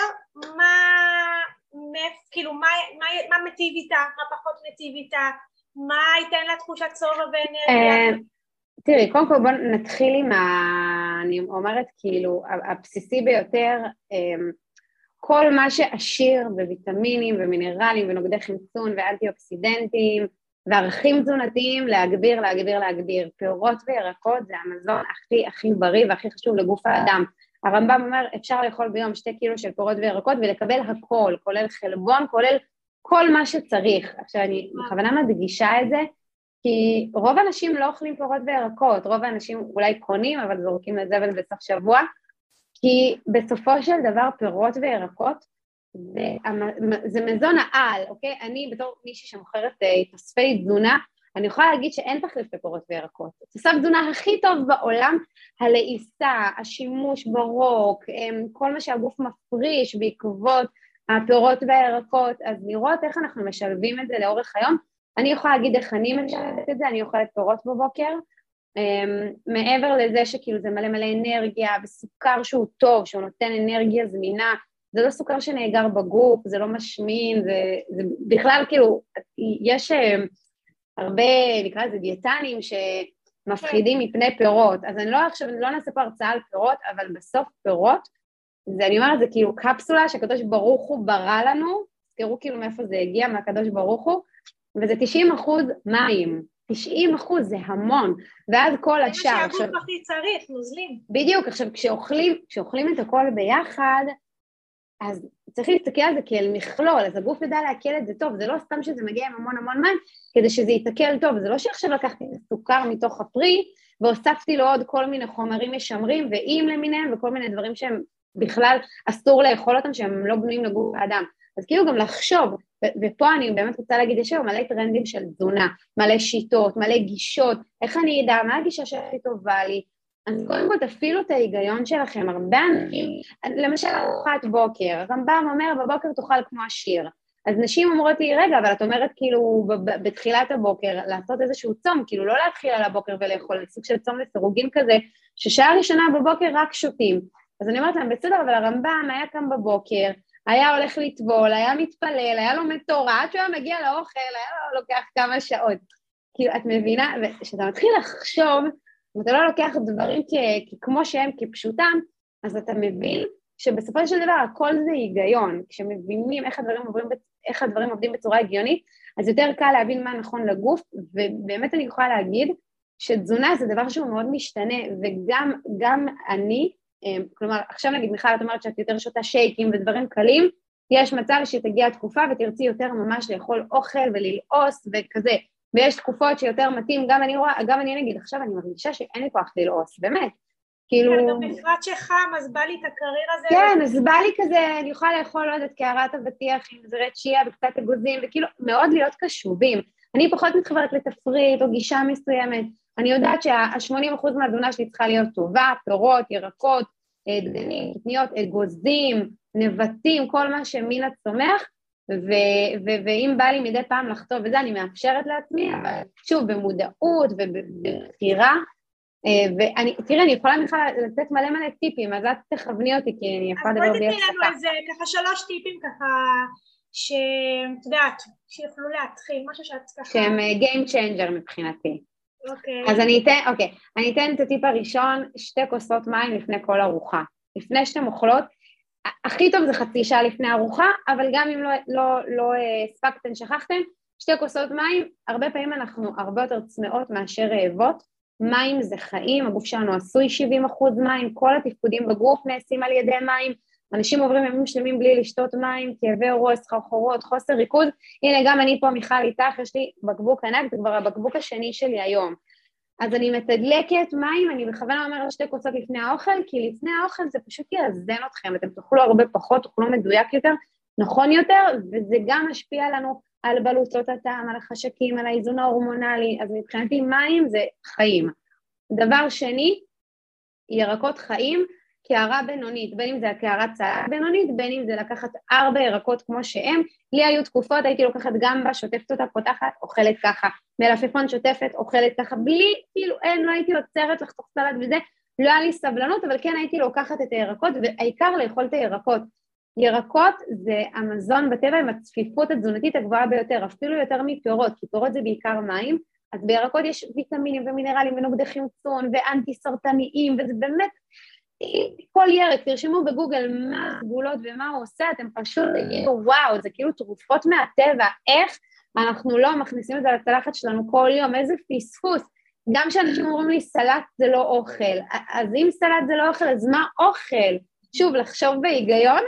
מה מטיב איתה, מה פחות מטיב איתה, מה ייתן לה תחושת סובה ואנרגיה. תראי, קודם כל בוא נתחיל עם אני אומרת כאילו, הבסיסי ביותר, כל מה שעשיר בוויטמינים ומינרלים ונוגדי חמצון ואנטי-אוקסידנטים וערכים תזונתיים, להגביר. פירות וירקות זה המזון הכי בריא והכי חשוב לגוף האדם. הרמב"ם אומר, אפשר לאכול ביום 2 קילו של פירות וירקות ולקבל הכל, כולל חלבון, כולל כל מה שצריך. עכשיו אני בכוונה מדגישה את זה, כי רוב האנשים לא אוכלים פירות וירקות, רוב האנשים אולי קונים, אבל זורקים לזבל בסוף שבוע, כי בסופו של דבר פירות וירקות, זה מזון העל, אוקיי? אני בתור מישהי שמוכרת תוספי תזונה, אני יכולה להגיד שאין תחליף לפירות וירקות. תוסף תזונה הכי טוב בעולם, הלעיסה, השימוש ברוק, כל מה שהגוף מפריש בעקבות הפירות והירקות, אז לראות איך אנחנו משלבים את זה לאורך היום. אני יכולה להגיד איך אני משלבת את זה, אני אוכלת פירות בבוקר, מעבר לזה שכאילו זה מלא מלא אנרגיה, וסוכר שהוא טוב, שהוא נותן אנרגיה זמינה, זה לא סוכר שנאגר בגוף, זה לא משמין, זה בכלל כאילו, יש הרבה, נקרא לזה דיאטנים שמפחידים מפני פירות, אז אני לא נעשה פה הרצאה על פירות, אבל בסוף פירות, אני אומרת, זה כאילו קפסולה שהקדוש ברוך הוא ברא לנו, תזכרו כאילו מאיפה זה הגיע, מהקדוש ברוך הוא, וזה 90% מים, 90% זה המון, ואז כל השאר... זה מה שהגוף הכי צריך, נוזלים. בדיוק, עכשיו כשאוכלים את הכל ביחד, אז צריך להסתכל על זה כאל מכלול, אז הגוף ידע להקל את זה טוב, זה לא סתם שזה מגיע עם המון המון מים, כדי שזה יתקל טוב, זה לא שעכשיו לקחתי סוכר מתוך הפרי, והוספתי לו עוד כל מיני חומרים משמרים, ואיים למיניהם, וכל מיני דברים שהם בכלל אסור לאכול אותם, שהם לא בנויים לגוף האדם. אז כאילו גם לחשוב, ופה אני באמת רוצה להגיד, יש היום מלא טרנדים של תזונה, מלא שיטות, מלא גישות, איך אני אדע, מה הגישה שהכי טובה לי, אז קודם כל תפעילו את ההיגיון שלכם, הרבה אנשים, למשל ארוחת בוקר, הרמב"ם אומר בבוקר תאכל כמו עשיר, אז נשים אומרות לי, רגע, אבל את אומרת כאילו בתחילת הבוקר לעשות איזשהו צום, כאילו לא להתחיל על הבוקר ולאכול, סוג של צום לסירוגין כזה, ששעה ראשונה בבוקר רק שותים, אז אני אומרת להם, בסדר, אבל הרמב"ם היה קם בבוקר, היה הולך לטבול, היה מתפלל, היה לומד תורה, עד שהוא היה מגיע לאוכל, היה לוקח כמה שעות, כאילו את מבינה, וכשאתה מתחיל לחשוב, אם אתה לא לוקח דברים כמו שהם, כפשוטם, אז אתה מבין שבסופו של דבר הכל זה היגיון, כשמבינים איך הדברים עובדים בצורה הגיונית, אז יותר קל להבין מה נכון לגוף, ובאמת אני יכולה להגיד שתזונה זה דבר שהוא מאוד משתנה, וגם אני, כלומר, עכשיו נגיד מיכל, את אומרת שאת יותר שותה שייקים ודברים קלים, יש מצב שתגיע תקופה ותרצי יותר ממש לאכול אוכל וללעוס וכזה, ויש תקופות שיותר מתאים, גם אני נגיד, עכשיו אני מרגישה שאין לי כוח ללעוס, באמת, כאילו... גם בפרט שחם, אז בא לי את הקריר הזה. כן, אז בא לי כזה, אני יכולה לאכול עוד את קערת אבטיח עם זרי צ'יה וקצת אגוזים, וכאילו מאוד להיות קשובים. אני פחות מתחברת לתפריט או גישה מסוימת, אני יודעת שה-80% מהתזונה שלי צריכה להיות טובה, פירות, ירקות, דגנים, קטניות, אגוזים, נבטים, כל מה שמין הצומח, ואם בא לי מדי פעם לחטוב וזה, אני מאפשרת לעצמי, אבל שוב, במודעות ובבחירה, תראה, אני יכולה בכלל לתת מלא מלא טיפים, אז את תכווני אותי, כי אני יכולה לדבר בלי הפסקה. אז בואי תתני לנו איזה ככה 3 טיפים ככה, שאת יודעת, שיוכלו להתחיל, משהו שאת ככה... שהם game changer מבחינתי. אוקיי. אז אני אתן את הטיפ הראשון, 2 כוסות מים לפני כל ארוחה. לפני שאתם אוכלות, הכי טוב זה חצי שעה לפני ארוחה, אבל גם אם לא הספקתם, שכחתם, 2 כוסות מים, הרבה פעמים אנחנו הרבה יותר צמאות מאשר רעבות, מים זה חיים, הגוף שלנו עשוי 70% מים, כל התפקודים בגוף נעשים על ידי מים, אנשים עוברים ימים שלמים בלי לשתות מים, כאבי ראש, סחרחורות, חוסר ריכוז, הנה גם אני פה מיכל איתך, יש לי בקבוק ענק, זה כבר הבקבוק השני שלי היום, אז אני מתדלקת מים, אני בכוונה אומרת 2 כוסות לפני האוכל, כי לפני האוכל זה פשוט יאזן אתכם, אתם תאכלו הרבה פחות, תאכלו מדויק יותר, נכון יותר, וזה גם משפיע לנו על בלוטות הטעם, על החשקים, על האיזון ההורמונלי, אז מבחינתי מים זה חיים. דבר שני, ירקות חיים, קערה בינונית, בין אם זה הקערת סלט בינונית, בין אם זה לקחת 4 ירקות כמו שהם, לי היו תקופות, הייתי לוקחת גמבה, שוטפת אותה, פותחת, אוכלת ככה, מלפפון שוטפת, אוכלת ככה, בלי, כאילו לא הייתי עוצרת לחתוך סלט וזה, לא היה לי סבלנות, אבל כן הייתי לוקחת את הירקות, והעיקר לאכול את הירקות. ירקות זה המזון בטבע עם הצפיפות התזונתית הגבוהה ביותר, אפילו יותר מפירות, כי פירות זה בעיקר מים, אז בירקות יש ויטמינים ומינרלים ונוגדי חמצון ואנטי סרטניים, וזה באמת, כל ירק, תרשמו בגוגל מה הסגולות ומה הוא עושה, אתם פשוט תגידו וואו, זה כאילו תרופות מהטבע, איך אנחנו לא מכניסים את זה לצלחת שלנו כל יום, איזה פספוס, גם כשאנשים אומרים לי סלט זה לא אוכל, אז אם סלט זה לא אוכל, אז מה אוכל? שוב, לחשוב בהיגיון,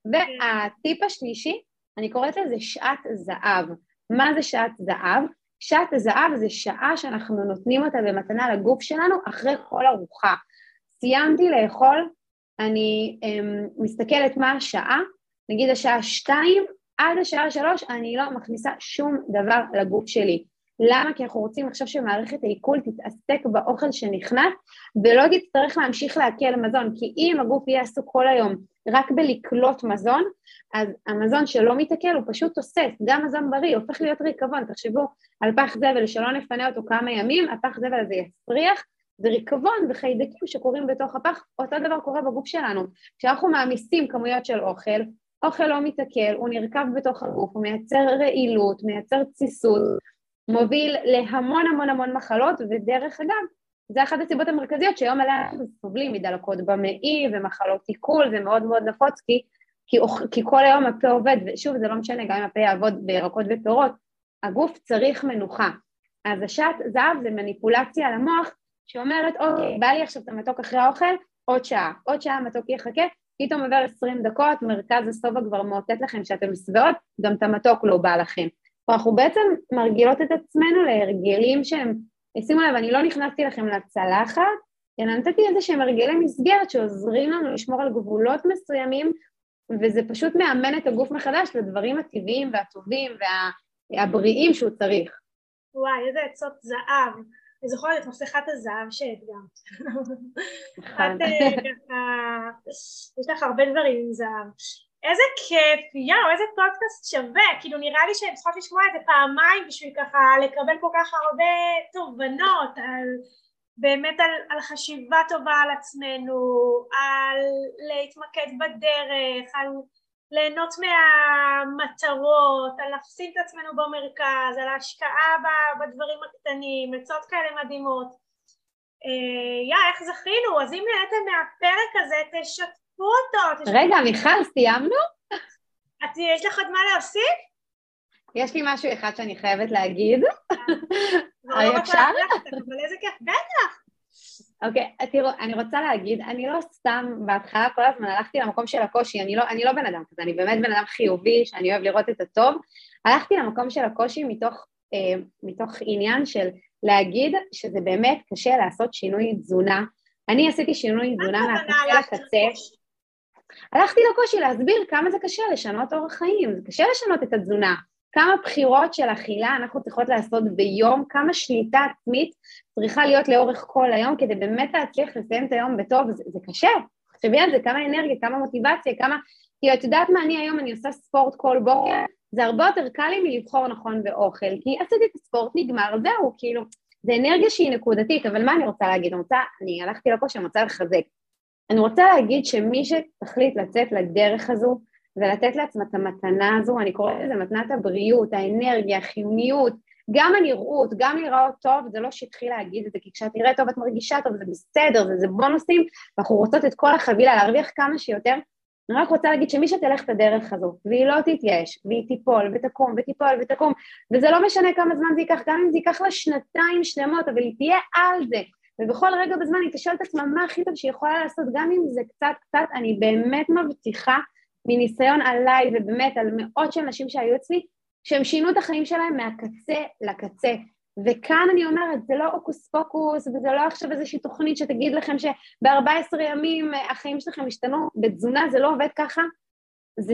והטיפ השלישי, אני קוראת לזה שעת זהב. מה זה שעת זהב? שעת זהב זה שעה שאנחנו נותנים אותה במתנה לגוף שלנו אחרי כל ארוחה. סיימתי לאכול, אני מסתכלת מה השעה, נגיד השעה 2, עד השעה 3 אני לא מכניסה שום דבר לגוף שלי. למה? כי אנחנו רוצים עכשיו שמערכת העיכול תתעסק באוכל שנכנס, ולא תצטרך להמשיך להקל מזון, כי אם הגוף יהיה עסוק כל היום רק בלקלוט מזון, אז המזון שלא מתעכל הוא פשוט תוסס, גם מזון בריא, הופך להיות ריקבון, תחשבו על פח זבל שלא נפנה אותו כמה ימים, הפח זבל הזה יסריח, זה ריקבון וחיידקים שקורים בתוך הפח, אותו דבר קורה בגוף שלנו. כשאנחנו מעמיסים כמויות של אוכל, אוכל לא מתעכל, הוא נרכב בתוך הגוף, הוא מייצר רעילות, מייצר ציסות, מוביל להמון המון המון מחלות, ודרך אגב, זה אחת הסיבות המרכזיות שהיום אנחנו סובלים מדלקות במעי ומחלות עיכול, זה מאוד מאוד נפוץ, כי כל היום הפה עובד, ושוב זה לא משנה, גם אם הפה יעבוד בירקות ופירות, הגוף צריך מנוחה. אז השעת זהב זה מניפולציה על המוח, שאומרת, אוקיי, בא לי עכשיו את המתוק אחרי האוכל, עוד שעה המתוק יחכה, פתאום עובר 20 דקות, מרכז הסובה כבר מאותת לכם שאתם שבעות, גם את המתוק לא בא לכם. אנחנו בעצם מרגילות את עצמנו להרגלים שהם, שימו לב, אני לא נכנסתי לכם לצלחת, אלא נתתי איזה שהם הרגלי מסגרת שעוזרים לנו לשמור על גבולות מסוימים, וזה פשוט מאמן את הגוף מחדש לדברים הטבעיים והטובים והבריאים שהוא צריך. וואי, איזה עצות זהב. אני זוכרת את מסכת הזהב שהדגמת. את ככה, יש לך הרבה דברים עם זהב. איזה כיף, איזה פודקאסט שווה, כאילו נראה לי שהן צריכות לשמוע את זה פעמיים בשביל ככה לקבל כל כך הרבה תובנות, באמת על חשיבה טובה על עצמנו, על להתמקד בדרך, על ליהנות מהמטרות, על להפסיד את עצמנו במרכז, על ההשקעה בדברים הקטנים, עצות כאלה מדהימות. איך זכינו, אז אם נהייתם מהפרק הזה, תשתפו אותו. רגע, מיכל, סיימנו? יש לך עוד מה להוסיף? יש לי משהו אחד שאני חייבת להגיד. אפשר? אבל איזה כיף, בטח. אוקיי, תראו, אני רוצה להגיד, אני לא סתם בהתחלה כל הזמן הלכתי למקום של הקושי, אני לא בן אדם כזה, אני באמת בן אדם חיובי, שאני אוהב לראות את הטוב, הלכתי למקום של הקושי מתוך עניין של להגיד שזה באמת קשה לעשות שינוי תזונה. אני עשיתי שינוי תזונה מהקצה לקצה, הלכתי לקושי להסביר כמה זה קשה לשנות אורח חיים, זה קשה לשנות את התזונה, כמה בחירות של אכילה אנחנו צריכות לעשות ביום, כמה שליטה עצמית צריכה להיות לאורך כל היום, כדי באמת להצליח לסיים את היום בטוב, זה קשה. תחשבי על זה, כמה אנרגיה, כמה מוטיבציה, כי את יודעת מה, אני היום אני עושה ספורט כל בוקר, זה הרבה יותר קל לי מלבחור נכון באוכל, כי עשיתי את הספורט, נגמר, זהו, כאילו, זה אנרגיה שהיא נקודתית, אבל מה אני רוצה להגיד? אני הלכתי לקושי, אני רוצה לחזק. אני רוצה להגיד שמי שתחליט לצאת לדרך הזו, ולתת לעצמה את המתנה הזו, אני קוראת לזה מתנת הבריאות, האנרגיה, החיוניות, גם הנראות, גם לראות טוב, זה לא שטחי להגיד את זה, כי כשאת נראית טוב את מרגישה טוב, זה בסדר, זה בונוסים, ואנחנו רוצות את כל החבילה, להרוויח כמה שיותר. אני רק רוצה להגיד שמי שתלך את הדרך הזו, והיא לא תתייאש, והיא תיפול ותקום ותיפול ותקום, וזה לא משנה כמה זמן זה ייקח, גם אם זה ייקח לה שנתיים שלמות, אבל היא תהיה על זה, ובכל רגע בזמן היא תשאל את עצמה מה הכי טוב שהיא יכולה לעשות, גם אם זה קצת, אני באמת מבטיחה מניסיון עליי, ובאמת על מאות של נשים שהיו אצלי, שהם שינו את החיים שלהם מהקצה לקצה, וכאן אני אומרת, זה לא אוקוס פוקוס, וזה לא עכשיו איזושהי תוכנית שתגיד לכם שב-14 ימים החיים שלכם השתנו, בתזונה זה לא עובד ככה, זה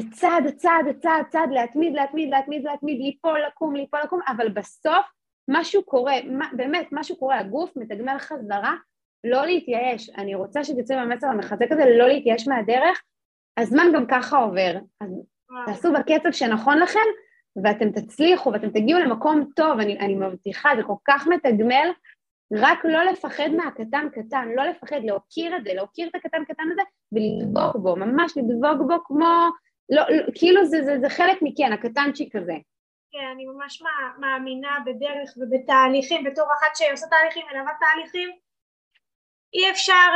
צעד, להתמיד, ליפול, לקום, אבל בסוף משהו קורה, באמת משהו קורה, הגוף מתגמל חזרה, לא להתייאש, אני רוצה שתצאו מהמסר המחזק הזה, לא להתייאש מהדרך, הזמן גם ככה עובר, אז תעשו בקצב שנכון לכם, ואתם תצליחו, ואתם תגיעו למקום טוב, אני מבטיחה, זה כל כך מתגמל, רק לא לפחד מהקטן, לא לפחד, להוקיר את זה, להוקיר את הקטן הזה, ולדבוק בו, ממש לדבוק בו כמו, כאילו זה חלק מכן, הקטנצ'יק הזה. כן, אני ממש מאמינה בדרך ובתהליכים, בתור אחת שעושה תהליכים, מלווה תהליכים, אי אפשר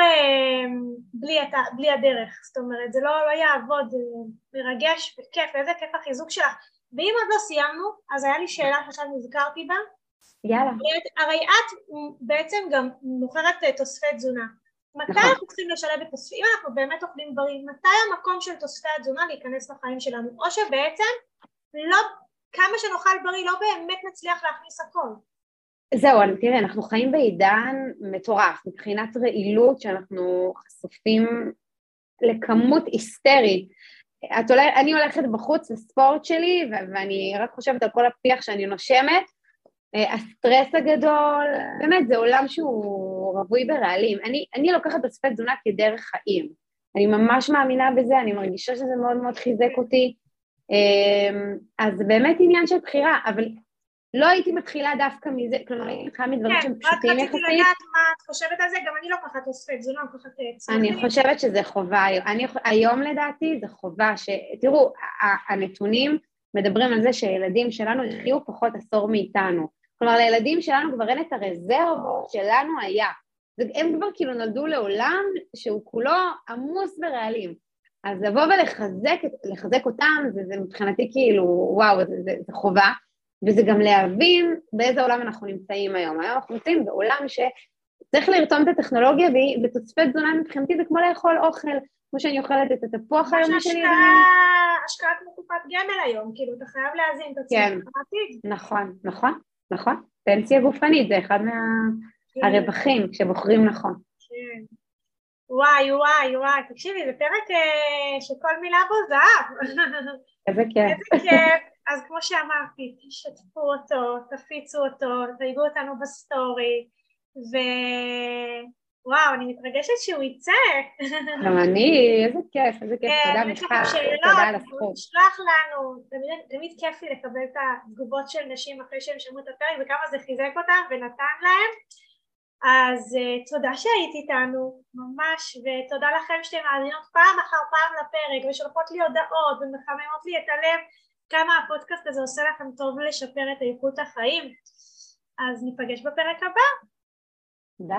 בלי הדרך, זאת אומרת, זה לא יעבוד, מרגש וכיף, איזה כיף החיזוק שלך. ואם עוד לא סיימנו, אז היה לי שאלה שעכשיו נזכרתי בה. יאללה. הרי את בעצם גם מוכרת תוספי תזונה. מתי אנחנו צריכים לשלב את תוספי, אם אנחנו באמת אוכלים דברים, מתי המקום של תוספי התזונה להיכנס לחיים שלנו? או שבעצם לא, כמה שנאכל בריא לא באמת נצליח להכניס הכל. זהו, תראי, אנחנו חיים בעידן מטורף, מבחינת רעילות שאנחנו חשופים לכמות היסטרית. אני הולכת בחוץ לספורט שלי, ואני רק חושבת על כל הפתיח שאני נושמת, הסטרס הגדול, באמת זה עולם שהוא רווי ברעלים. אני לוקחת תוספי תזונה כדרך חיים, אני ממש מאמינה בזה, אני מרגישה שזה מאוד מאוד חיזק אותי, אז זה באמת עניין של בחירה, אבל לא הייתי מתחילה דווקא מזה, כלומר, הייתי מתחילה מדברים שהם פשוטים יחסית. כן, רק רציתי לדעת מה את חושבת על זה, גם אני לא ככה תוספת תזונה, לא ככה צרכים. אני חושבת שזה חובה, היום לדעתי זה חובה, תראו, הנתונים מדברים על זה שילדים שלנו יחיו פחות עשור מאיתנו, כלומר לילדים שלנו כבר אין את הרזרבות שלנו היה, הם כבר כאילו נולדו לעולם שהוא כולו עמוס ברעלים, אז לבוא ולחזק אותם, זה מבחינתי כאילו, וואו, זה חובה, וזה גם להבין באיזה עולם אנחנו נמצאים היום. היום אנחנו נמצאים בעולם שצריך לרתום את הטכנולוגיה, ותוספי תזונה מבחינתי זה כמו לאכול אוכל, כמו שאני אוכלת את התפוח היומי שלי. השקעה כמו קופת גמל היום, כאילו אתה חייב להזין את עצמך. כן, נכון. פנסיה גופנית, זה אחד מהרווחים כשבוחרים נכון. כן. וואי, תקשיבי, זה פרק שכל מילה בו זהב. איזה כיף. איזה כיף. אז כמו שאמרתי, תשתפו אותו, תפיצו אותו, תייגו אותנו בסטורי, וואו, אני מתרגשת שהוא יצא. גם אני, איזה כיף, תודה מיכל, תודה על הזכות. תשלח לנו, תמיד כיף לי לקבל את התגובות של נשים אחרי שהם שמעו את הפרק, וכמה זה חיזק אותם ונתן להם. אז תודה שהיית איתנו, ממש, ותודה לכם שאתם מאזינות פעם אחר פעם לפרק, ושולחות לי הודעות ומחממות לי את הלב, כמה הפודקאסט הזה עושה לכם טוב לשפר את איכות החיים. אז ניפגש בפרק הבא.